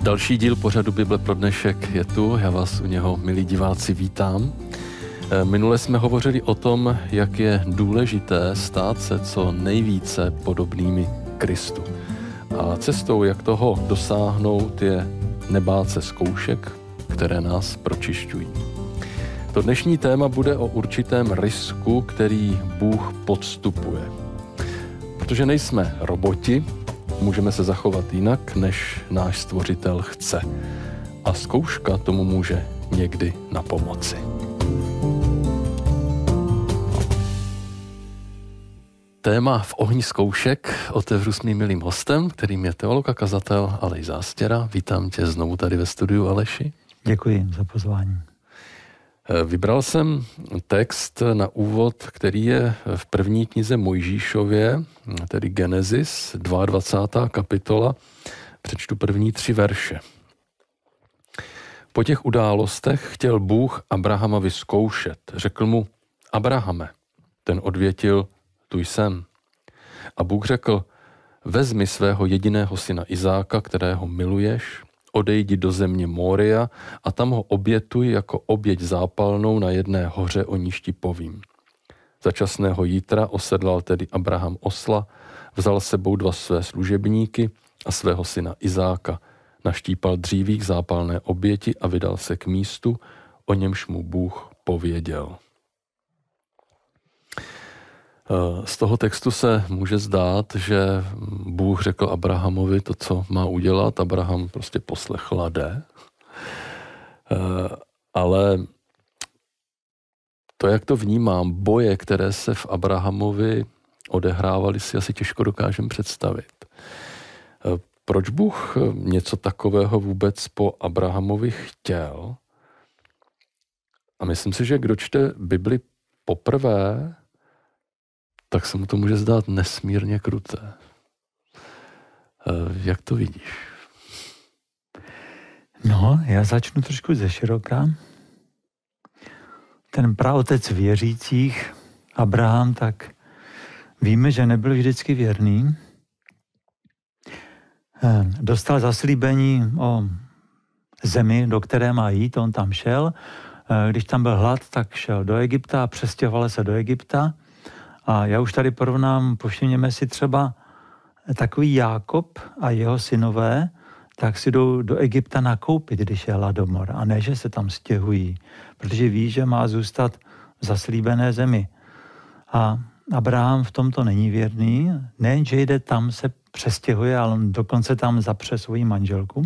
Další díl pořadu Bible pro dnešek je tu, já vás u něho, milí diváci, vítám. Minule jsme hovořili o tom, jak je důležité stát se co nejvíce podobnými Kristu. A cestou, jak toho dosáhnout, je nebát se zkoušek, které nás pročišťují. To dnešní téma bude o určitém risku, který Bůh podstupuje. Protože nejsme roboti, můžeme se zachovat jinak, než náš Stvořitel chce. A zkouška tomu může někdy napomoci. Téma v ohni zkoušek otevřu s mým milým hostem, kterým je teolog a kazatel Aleš Zástěra. Vítám tě znovu tady ve studiu, Aleši. Děkuji za pozvání. Vybral jsem text na úvod, který je v první knize Mojžíšově, tedy Genesis, 22. kapitola. Přečtu první 3 verše. Po těch událostech chtěl Bůh Abrahama vyzkoušet. Řekl mu: Abrahame. Ten odvětil: tu jsem. A Bůh řekl: vezmi svého jediného syna Izáka, kterého miluješ, odejdi do země Mória a tam ho obětuj jako oběť zápalnou na jedné hoře, o níž ti povím. Začasného jítra osedlal tedy Abraham osla, vzal sebou 2 své služebníky a svého syna Izáka, naštípal dříví zápalné oběti a vydal se k místu, o němž mu Bůh pověděl. Z toho textu se může zdát, že Bůh řekl Abrahamovi to, co má udělat. Abraham prostě poslechl a jde. Ale to, jak to vnímám, boje, které se v Abrahamovi odehrávaly, si asi těžko dokážem představit. Proč Bůh něco takového vůbec po Abrahamovi chtěl? A myslím si, že kdo čte Bibli poprvé, tak se mu to může zdát nesmírně kruté. Jak to vidíš? No, já začnu trošku ze široka. Ten praotec věřících, Abraham, tak víme, že nebyl vždycky věrný. Dostal zaslíbení o zemi, do které má jít, on tam šel. Když tam byl hlad, tak šel do Egypta a přestěhoval se do Egypta. A já už tady porovnám, povšimněme si třeba takový Jákob a jeho synové, tak si jdou do Egypta nakoupit, když je hladomor, a ne, že se tam stěhují, protože ví, že má zůstat v zaslíbené zemi. A Abraham v tomto není věrný, nejen, že jde tam, se přestěhuje, ale on dokonce tam zapře svoji manželku.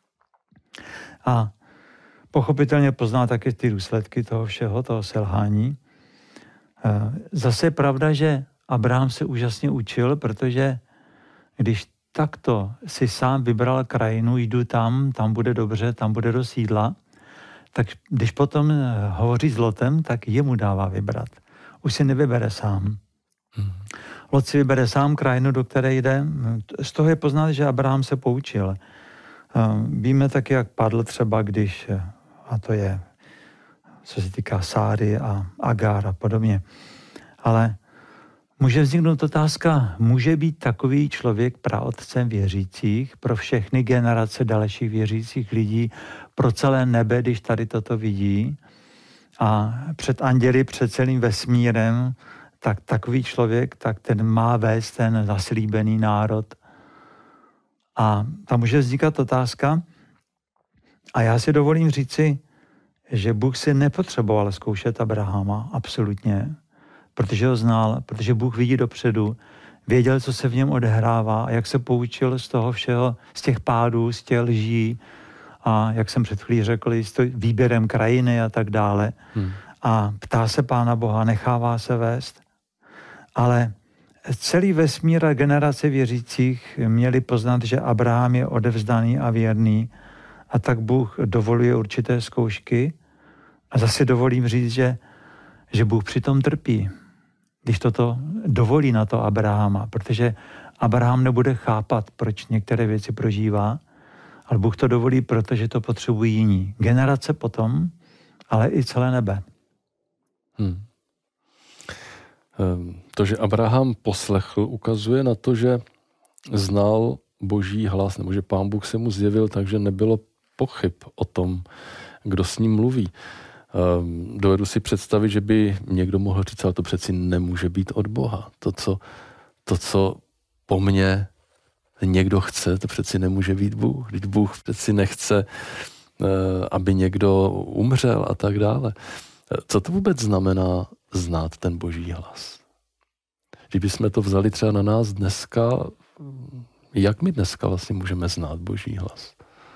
A pochopitelně pozná také ty důsledky toho všeho, toho selhání. Zase je pravda, že Abraham se úžasně učil, protože když takto si sám vybral krajinu, jdu tam bude dobře, tam bude do sídla, tak když potom hovoří s Lotem, tak jemu dává vybrat. Už si nevybere sám. Lot si vybere sám krajinu, do které jde. Z toho je poznat, že Abraham se poučil. Víme taky, jak padl třeba, když, a to je co se týká Sáry a Agar a podobně. Ale může vzniknout otázka, může být takový člověk praotcem věřících pro všechny generace dalších věřících lidí, pro celé nebe, když tady toto vidí, a před anděli, před celým vesmírem, tak takový člověk, tak ten má vést ten zaslíbený národ. A tam může vznikat otázka, a já si dovolím říci, že Bůh si nepotřeboval zkoušet Abrahama, absolutně, protože ho znal, protože Bůh vidí dopředu, věděl, co se v něm odehrává a jak se poučil z toho všeho, z těch pádů, z těch lží a jak jsem před chvílí řekl, s výběrem krajiny a tak dále. A ptá se Pána Boha, nechává se vést. Ale celý vesmír a generace věřících měli poznat, že Abraham je odevzdaný a věrný, a tak Bůh dovoluje určité zkoušky. A zase dovolím říct, že Bůh přitom trpí, když toto dovolí na to Abrahama, protože Abraham nebude chápat, proč některé věci prožívá, ale Bůh to dovolí, protože to potřebují jiní. Generace potom, ale i celé nebe. To, že Abraham poslechl, ukazuje na to, že znal boží hlas, nebo že Pán Bůh se mu zjevil, takže nebylo pochyb o tom, kdo s ním mluví. Dovedu si představit, že by někdo mohl říct, ale to přeci nemůže být od Boha. To, co po mně někdo chce, to přeci nemůže být Bůh. Vždyť Bůh přeci nechce, aby někdo umřel a tak dále. Co to vůbec znamená znát ten boží hlas? Kdybychom to vzali třeba na nás dneska, jak my dneska vlastně můžeme znát boží hlas?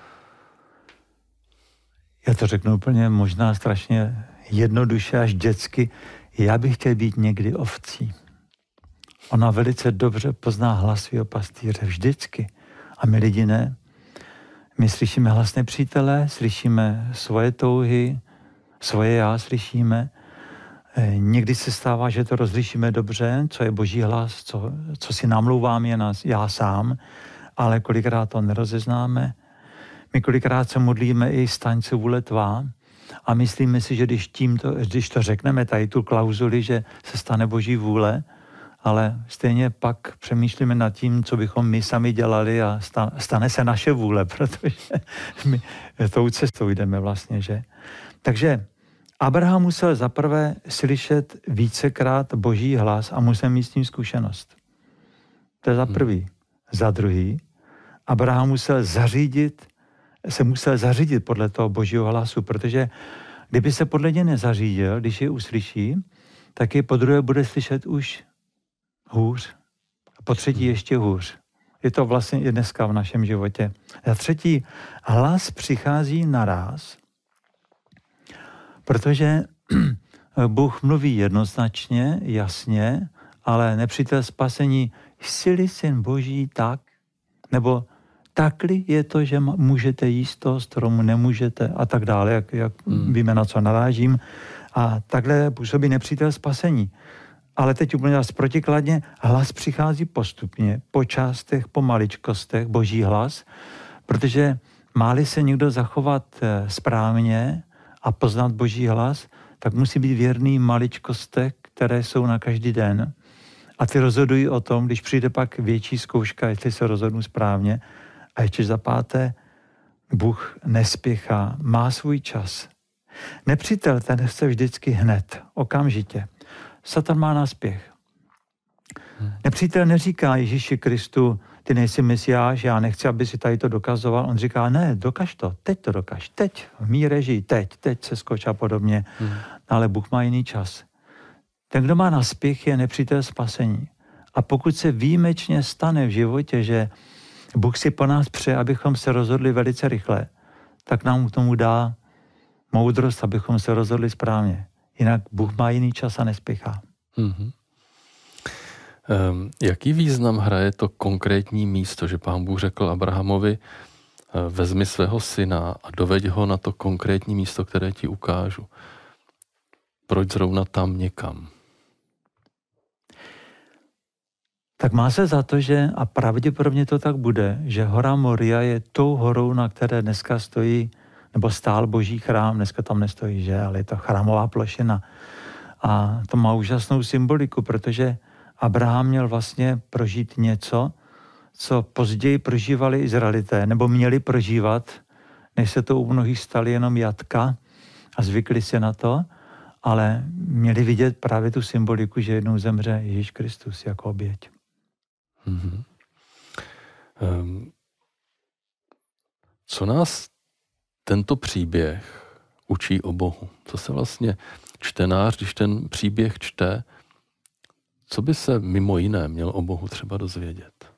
Já to řeknu úplně možná strašně jednoduše až dětsky. Já bych chtěl být někdy ovcí. Ona velice dobře pozná hlas svého pastýře vždycky. A my lidi ne. My slyšíme hlas nepřítele, slyšíme svoje touhy, svoje já slyšíme. Někdy se stává, že to rozlišíme dobře, co je boží hlas, co si namlouvám je já sám, ale kolikrát to nerozeznáme. My kolikrát se modlíme i staň se vůle tvá a myslíme si, že když to řekneme, tady tu klauzuli, že se stane boží vůle, ale stejně pak přemýšlíme nad tím, co bychom my sami dělali a stane se naše vůle, protože my tou cestou jdeme vlastně, že? Takže Abraham musel zaprvé slyšet vícekrát boží hlas a musel mít s tím zkušenost. To je za prvý. Za druhý, Abraham musel zařídit podle toho božího hlasu, protože kdyby se podle něj nezařídil, když je uslyší, tak je podruhé bude slyšet už hůř. A po třetí ještě hůř. Je to vlastně i dneska v našem životě. Za třetí, hlas přichází naráz, protože Bůh mluví jednoznačně, jasně, ale nepřítel spasení, jsi-li syn Boží tak, nebo takli je to, že můžete jíst toho stromu, nemůžete a tak dále, jak víme, na co narážím. A takhle působí nepřítel spasení. Ale teď úplně protikladně, hlas přichází postupně, po částech, po maličkostech, boží hlas, protože má-li se někdo zachovat správně a poznat boží hlas, tak musí být věrný maličkostech, které jsou na každý den. A ty rozhodují o tom, když přijde pak větší zkouška, jestli se rozhodnu správně. A ještě za páté, Bůh nespěchá, má svůj čas. Nepřítel ten chce vždycky hned, okamžitě. Satan má náspěch. Nepřítel neříká Ježíši Kristu, ty nejsi mesiáš, já nechci, aby si tady to dokazoval. On říká, ne, dokaž to, teď to dokaž, teď, v mý režii, teď se skoč a podobně. Ale Bůh má jiný čas. Ten, kdo má náspěch, je nepřítel spasení. A pokud se výjimečně stane v životě, že Bůh si po nás přeje, abychom se rozhodli velice rychle, tak nám k tomu dá moudrost, abychom se rozhodli správně. Jinak Bůh má jiný čas a nespěchá. Jaký význam hraje to konkrétní místo, že Pán Bůh řekl Abrahamovi, vezmi svého syna a doveď ho na to konkrétní místo, které ti ukážu. Proč zrovna tam někam? Tak má se za to, že, a pravděpodobně to tak bude, že hora Moria je tou horou, na které dneska stojí, nebo stál boží chrám, dneska tam nestojí, že, ale je to chrámová plošina. A to má úžasnou symboliku, protože Abraham měl vlastně prožít něco, co později prožívali Izraelité, nebo měli prožívat, než se to u mnohých stali jenom jatka a zvykli si na to, ale měli vidět právě tu symboliku, že jednou zemře Ježíš Kristus jako oběť. Co nás tento příběh učí o Bohu? Co se vlastně čtenář, když ten příběh čte, co by se mimo jiné měl o Bohu třeba dozvědět?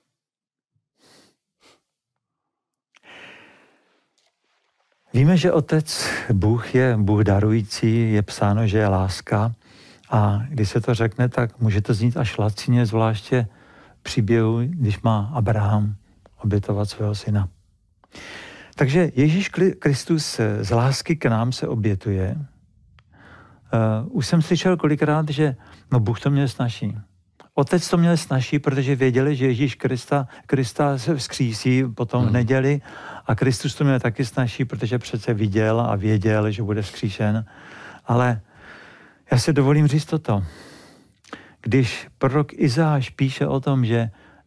Víme, že Otec Bůh je Bůh darující, je psáno, že je láska a když se to řekne, tak může to znít až lacině, zvláště příběhu, když má Abraham obětovat svého syna. Takže Ježíš Kristus z lásky k nám se obětuje. Už jsem slyšel kolikrát, že Bůh to měl snazší. Otec to měl snazší, protože věděli, že Ježíš Krista se vzkřísí potom v neděli a Kristus to měl taky snazší, protože přece viděl a věděl, že bude vzkříšen. Ale já si dovolím říct toto. Když prorok Izáš píše o tom, že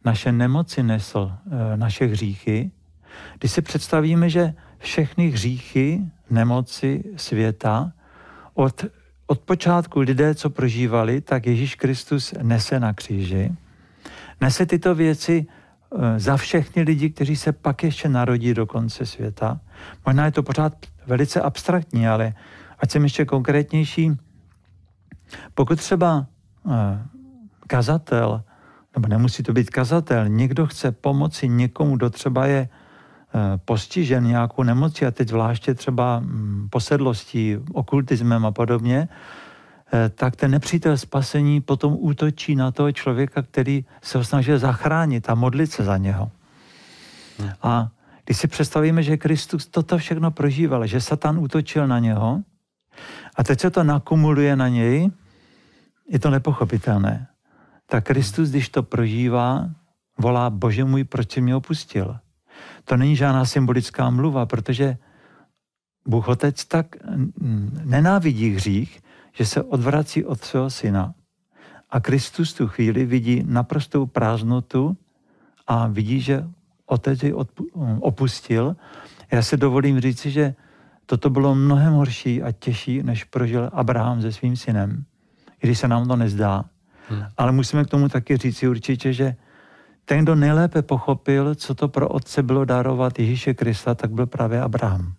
naše nemoci nesl, naše hříchy, když si představíme, že všechny hříchy, nemoci světa od počátku lidé, co prožívali, tak Ježíš Kristus nese na kříži. Nese tyto věci za všechny lidi, kteří se pak ještě narodí do konce světa. Možná je to pořád velice abstraktní, ale ať jsem ještě konkrétnější, pokud třeba kazatel, nebo nemusí to být kazatel, někdo chce pomoci někomu, kdo třeba je postižen nějakou nemocí a teď zvláště třeba posedlostí, okultismem a podobně, tak ten nepřítel spasení potom útočí na toho člověka, který se ho snažil zachránit a modlit se za něho. A když si představíme, že Kristus toto všechno prožíval, že Satan útočil na něho a teď se to nakumuluje na něj, je to nepochopitelné. Tak Kristus, když to prožívá, volá: Bože můj, proč jsi mě opustil? To není žádná symbolická mluva, protože Bůh Otec tak nenávidí hřích, že se odvrací od svého syna. A Kristus tu chvíli vidí naprostou prázdnotu a vidí, že Otec jej opustil. Já se dovolím říci, že toto bylo mnohem horší a těžší, než prožil Abraham se svým synem. I když se nám to nezdá. Ale musíme k tomu taky říci určitě, že ten, kdo nejlépe pochopil, co to pro otce bylo darovat Ježíše Krista, tak byl právě Abraham.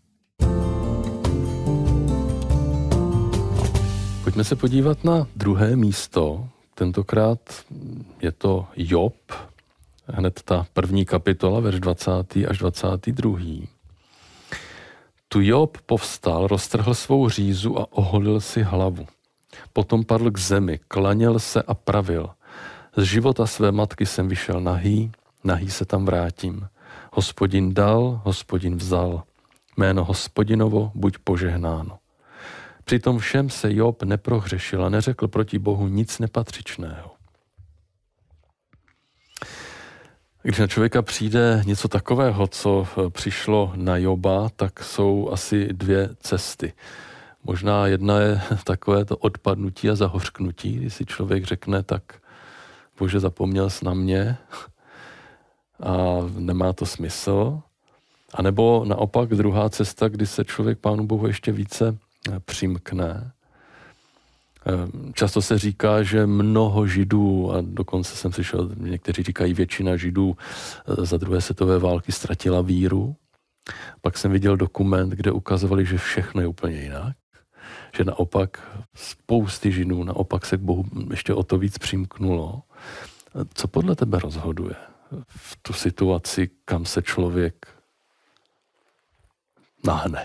Pojďme se podívat na druhé místo. Tentokrát je to Job, hned ta první kapitola, verš 20. až 22. Tu Job povstal, roztrhl svou řízu a oholil si hlavu. Potom padl k zemi, klaněl se a pravil: Z života své matky jsem vyšel nahý, nahý se tam vrátím. Hospodin dal, Hospodin vzal. Jméno Hospodinovo buď požehnáno. Přitom všem se Job neprohřešil a neřekl proti Bohu nic nepatřičného. Když na člověka přijde něco takového, co přišlo na Joba, tak jsou asi dvě cesty. Možná jedna je takové to odpadnutí a zahořknutí, kdy si člověk řekne: tak Bože, zapomněl jsi na mě a nemá to smysl. A nebo naopak druhá cesta, kdy se člověk Pánu Bohu ještě více přimkne. Často se říká, že mnoho Židů, a dokonce jsem slyšel, někteří říkají většina Židů za druhé světové války ztratila víru. Pak jsem viděl dokument, kde ukazovali, že všechno je úplně jinak. Že naopak spousty Židů naopak se k Bohu ještě o to víc přimknulo. Co podle tebe rozhoduje v tu situaci, kam se člověk nahne?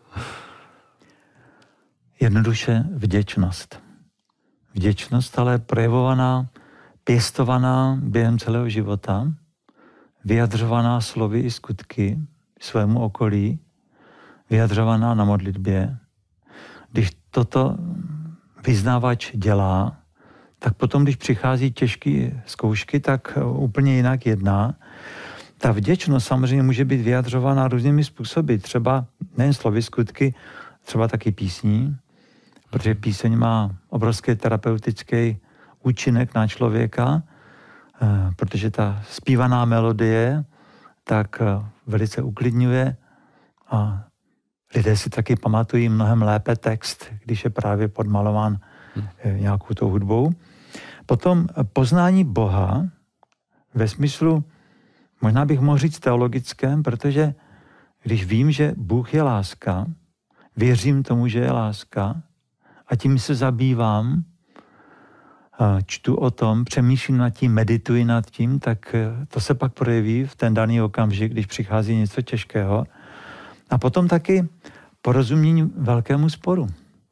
Jednoduše vděčnost. Vděčnost, ale projevovaná, pěstovaná během celého života, vyjadřovaná slovy i skutky svému okolí, vyjadřovaná na modlitbě. Když toto vyznávač dělá, tak potom, když přichází těžké zkoušky, tak úplně jinak jedná. Ta vděčnost samozřejmě může být vyjadřována různými způsoby, třeba nejen slovy, skutky, třeba taky písní, protože píseň má obrovský terapeutický účinek na člověka, protože ta zpívaná melodie tak velice uklidňuje a lidé si taky pamatují mnohem lépe text, když je právě podmalován nějakou tou hudbou. Potom poznání Boha ve smyslu, možná bych mohl říct teologickém, protože když vím, že Bůh je láska, věřím tomu, že je láska a tím se zabývám, čtu o tom, přemýšlím nad tím, medituji nad tím, tak to se pak projeví v ten daný okamžik, když přichází něco těžkého. A potom taky porozumění velkému sporu.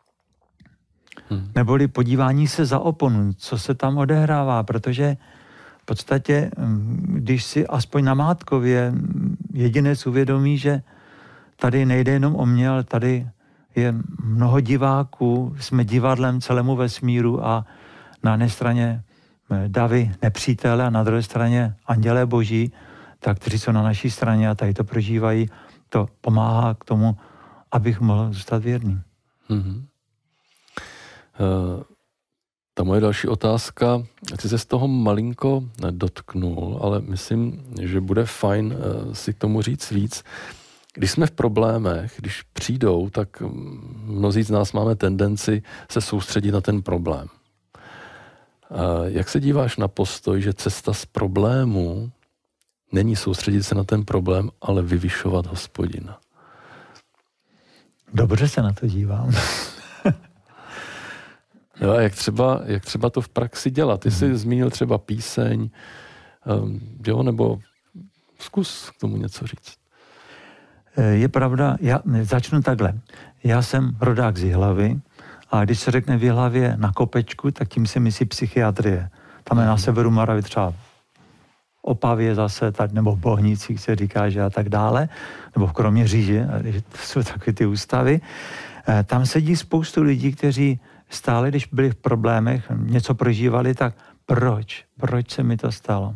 Neboli podívání se za oponu, co se tam odehrává, protože v podstatě, když si aspoň namátkově jedinec uvědomí, že tady nejde jenom o mě, ale tady je mnoho diváků, jsme divadlem celému vesmíru a na jedné straně davy nepřítele a na druhé straně andělé boží, tak kteří jsou na naší straně a tady to prožívají, to pomáhá k tomu, abych mohl zůstat věrný. Ta moje další otázka, ty se z toho malinko dotknul, ale myslím, že bude fajn si k tomu říct víc. Když jsme v problémech, když přijdou, tak mnozí z nás máme tendenci se soustředit na ten problém. Jak se díváš na postoj, že cesta z problému není soustředit se na ten problém, ale vyvyšovat Hospodina? Dobře se na to dívám. Jo, a jak třeba to v praxi dělat? Ty jsi zmínil třeba píseň, jo, nebo zkus k tomu něco říct. Je pravda, já začnu takhle. Já jsem rodák z Jihlavy a když se řekne v Jihlavě na Kopečku, tak tím se myslí psychiatrie. Tam je na severu Moravy třeba Opavě zase, nebo v Bohnicích se říká, že a tak dále, nebo v Kroměříži, to jsou takové ty ústavy. Tam sedí spoustu lidí, kteří stále, když byli v problémech, něco prožívali, tak proč se mi to stalo?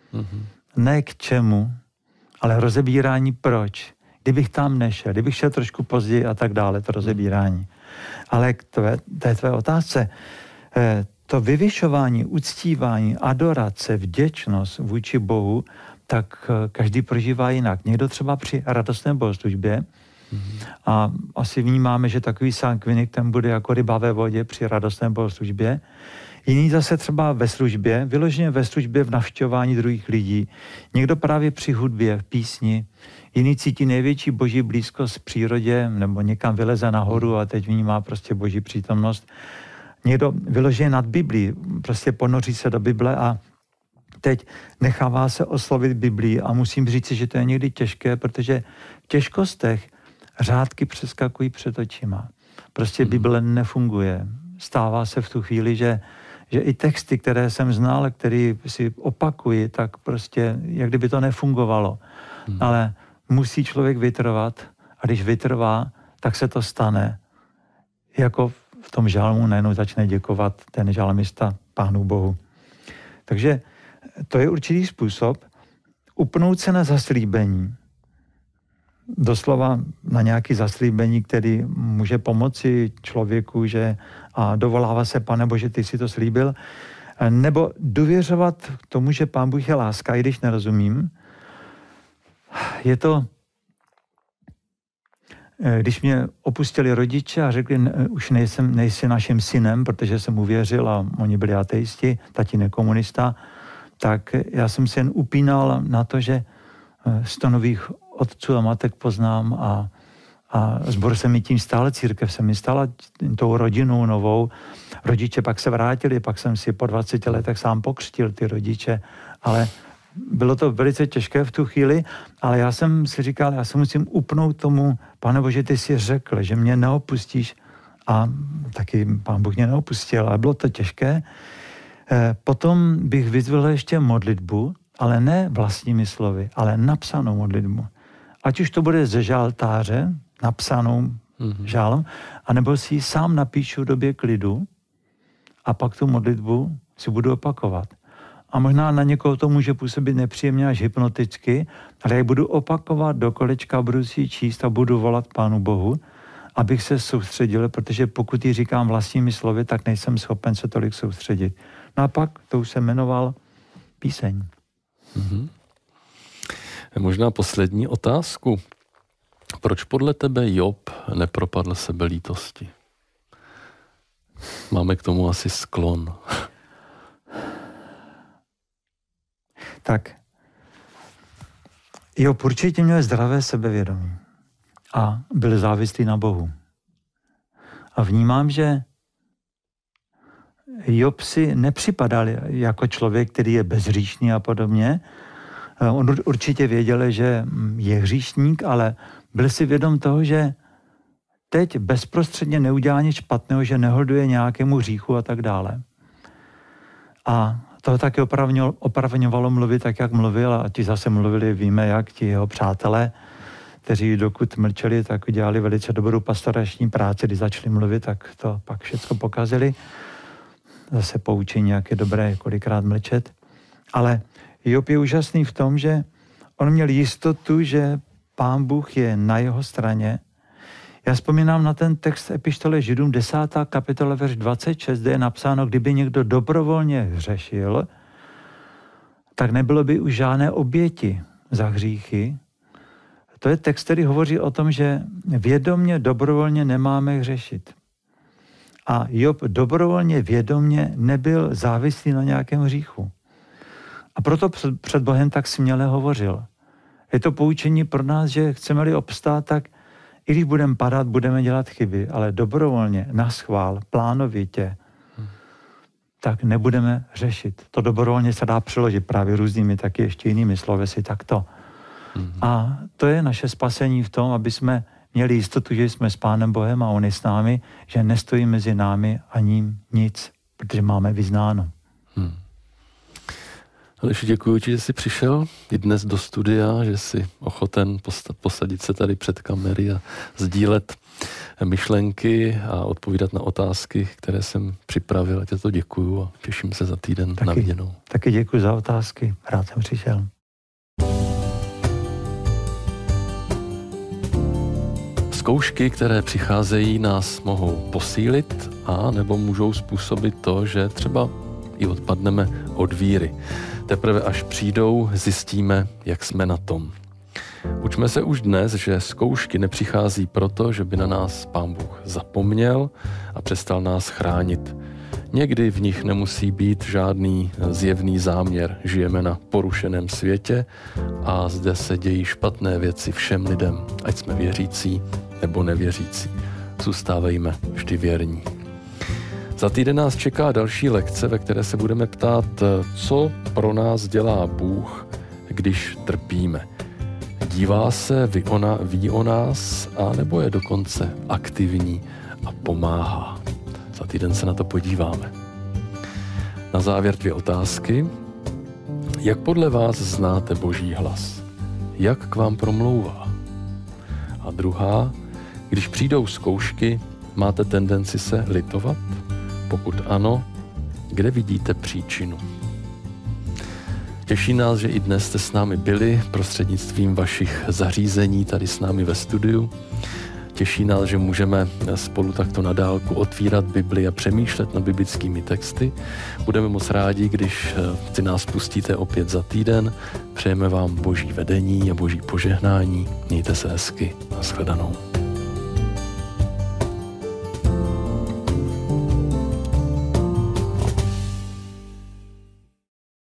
Ne k čemu, ale rozebírání proč. Kdybych tam nešel, kdybych šel trošku později a tak dále, to rozebírání. Ale k té tvé otázce, to vyvyšování, uctívání, adorace, vděčnost vůči Bohu, tak každý prožívá jinak. Někdo třeba při radostné bohoslužbě a asi vnímáme, že takový sangvinik ten bude jako ryba ve vodě při radostné bohoslužbě. Jiný zase třeba ve službě, vyloženě ve službě v navštěvování druhých lidí. Někdo právě při hudbě, v písni. Jiný cítí největší boží blízkost v přírodě nebo někam vyleze nahoru a teď vnímá prostě boží přítomnost. Někdo vyloženě nad Biblí, prostě ponoří se do Bible a teď nechává se oslovit Biblí a musím říct, že to je někdy těžké, protože v těžkostech řádky přeskakují před očima. Prostě Bible nefunguje. Stává se v tu chvíli, že i texty, které jsem znal, které si opakuji, tak prostě, jak kdyby to nefungovalo. Ale musí člověk vytrvat a když vytrvá, tak se to stane. Jako v tom žalmu najednou začne děkovat ten žalmista Pánu Bohu. Takže to je určitý způsob upnout se na zaslíbení. Doslova na nějaké zaslíbení, který může pomoci člověku, že a dovolává se, Pane Bože, ty jsi to slíbil, nebo důvěřovat tomu, že Pán Bůh je láska, i když nerozumím. Je to, když mě opustili rodiče a řekli, už nejsi naším synem, protože jsem uvěřil a oni byli ateisti, tatínek komunista, tak já jsem se jen upínal na to, že 100 nových otců a matek poznám a sbor se mi tím stále, církev se mi stala tou rodinou novou. Rodiče pak se vrátili, pak jsem si po 20 letech sám pokřtil ty rodiče, ale bylo to velice těžké v tu chvíli, ale já jsem si říkal, já se musím upnout tomu, Pane Bože, ty jsi řekl, že mě neopustíš a taky Pán Bůh mě neopustil, ale bylo to těžké. Potom bych vyzval ještě modlitbu, ale ne vlastními slovy, ale napsanou modlitbu. Ať už to bude ze žaltáře, napsanou žálem, anebo si ji sám napíšu v době klidu a pak tu modlitbu si budu opakovat. A možná na někoho to může působit nepříjemně až hypnoticky, ale já budu opakovat do kolečka, budu si ji číst a budu volat Pánu Bohu, abych se soustředil, protože pokud ji říkám vlastními slovy, tak nejsem schopen se tolik soustředit. No a pak to už se jmenoval píseň. Možná poslední otázku. Proč podle tebe Job nepropadl sebelítosti? Máme k tomu asi sklon. Tak, Job určitě měl zdravé sebevědomí a byl závislý na Bohu. A vnímám, že Job si nepřipadal jako člověk, který je bezhříšný a podobně. On určitě věděl, že je hříšník, ale byl si vědom toho, že teď bezprostředně neudělá nic špatného, že nehoduje nějakému hříchu a tak dále. A to taky opravňovalo mluvit tak, jak mluvil, a ti zase mluvili, víme jak, ti jeho přátelé, kteří dokud mlčeli, tak udělali velice dobrou pastorační práci, když začali mluvit, tak to pak všechno pokazili. Zase poučení, jak je dobré kolikrát mlčet. Ale Job je úžasný v tom, že on měl jistotu, že Pán Bůh je na jeho straně. Já vzpomínám na ten text epištole Židům 10. kapitola verš 26, kde je napsáno, kdyby někdo dobrovolně hřešil, tak nebylo by už žádné oběti za hříchy. To je text, který hovoří o tom, že vědomně, dobrovolně nemáme hřešit. A Job dobrovolně, vědomně nebyl závislý na nějakém hříchu. A proto před Bohem tak směle hovořil. Je to poučení pro nás, že chceme-li obstát, tak i když budeme padat, budeme dělat chyby, ale dobrovolně, naschvál, plánovitě, tak nebudeme řešit. To dobrovolně se dá přeložit právě různými taky ještě jinými slovesy takto. A to je naše spasení v tom, aby jsme měli jistotu, že jsme s Pánem Bohem a On je s námi, že nestojí mezi námi ani nic, protože máme vyznáno. Aleši, děkuji ti, že jsi přišel i dnes do studia, že jsi ochoten posadit se tady před kamery a sdílet myšlenky a odpovídat na otázky, které jsem připravil. Já to děkuju a těším se za týden na viděnou. Taky děkuji za otázky. Rád jsem přišel. Zkoušky, které přicházejí, nás mohou posílit a nebo můžou způsobit to, že třeba i odpadneme od víry. Teprve až přijdou, zjistíme, jak jsme na tom. Učme se už dnes, že zkoušky nepřichází proto, že by na nás Pán Bůh zapomněl a přestal nás chránit. Někdy v nich nemusí být žádný zjevný záměr. Žijeme na porušeném světě a zde se dějí špatné věci všem lidem, ať jsme věřící nebo nevěřící. Zůstávejme vždy věrní. Za týden nás čeká další lekce, ve které se budeme ptát, co pro nás dělá Bůh, když trpíme. Dívá se, ví o nás, a nebo je dokonce aktivní a pomáhá. Za týden se na to podíváme. Na závěr 2 otázky. Jak podle vás znáte Boží hlas? Jak k vám promlouvá? A druhá, když přijdou zkoušky, máte tendenci se litovat? Pokud ano, kde vidíte příčinu? Těší nás, že i dnes jste s námi byli prostřednictvím vašich zařízení tady s námi ve studiu. Těší nás, že můžeme spolu takto na dálku otvírat Bibli a přemýšlet nad biblickými texty. Budeme moc rádi, když si nás pustíte opět za týden. Přejeme vám Boží vedení a Boží požehnání. Mějte se hezky. Nashledanou.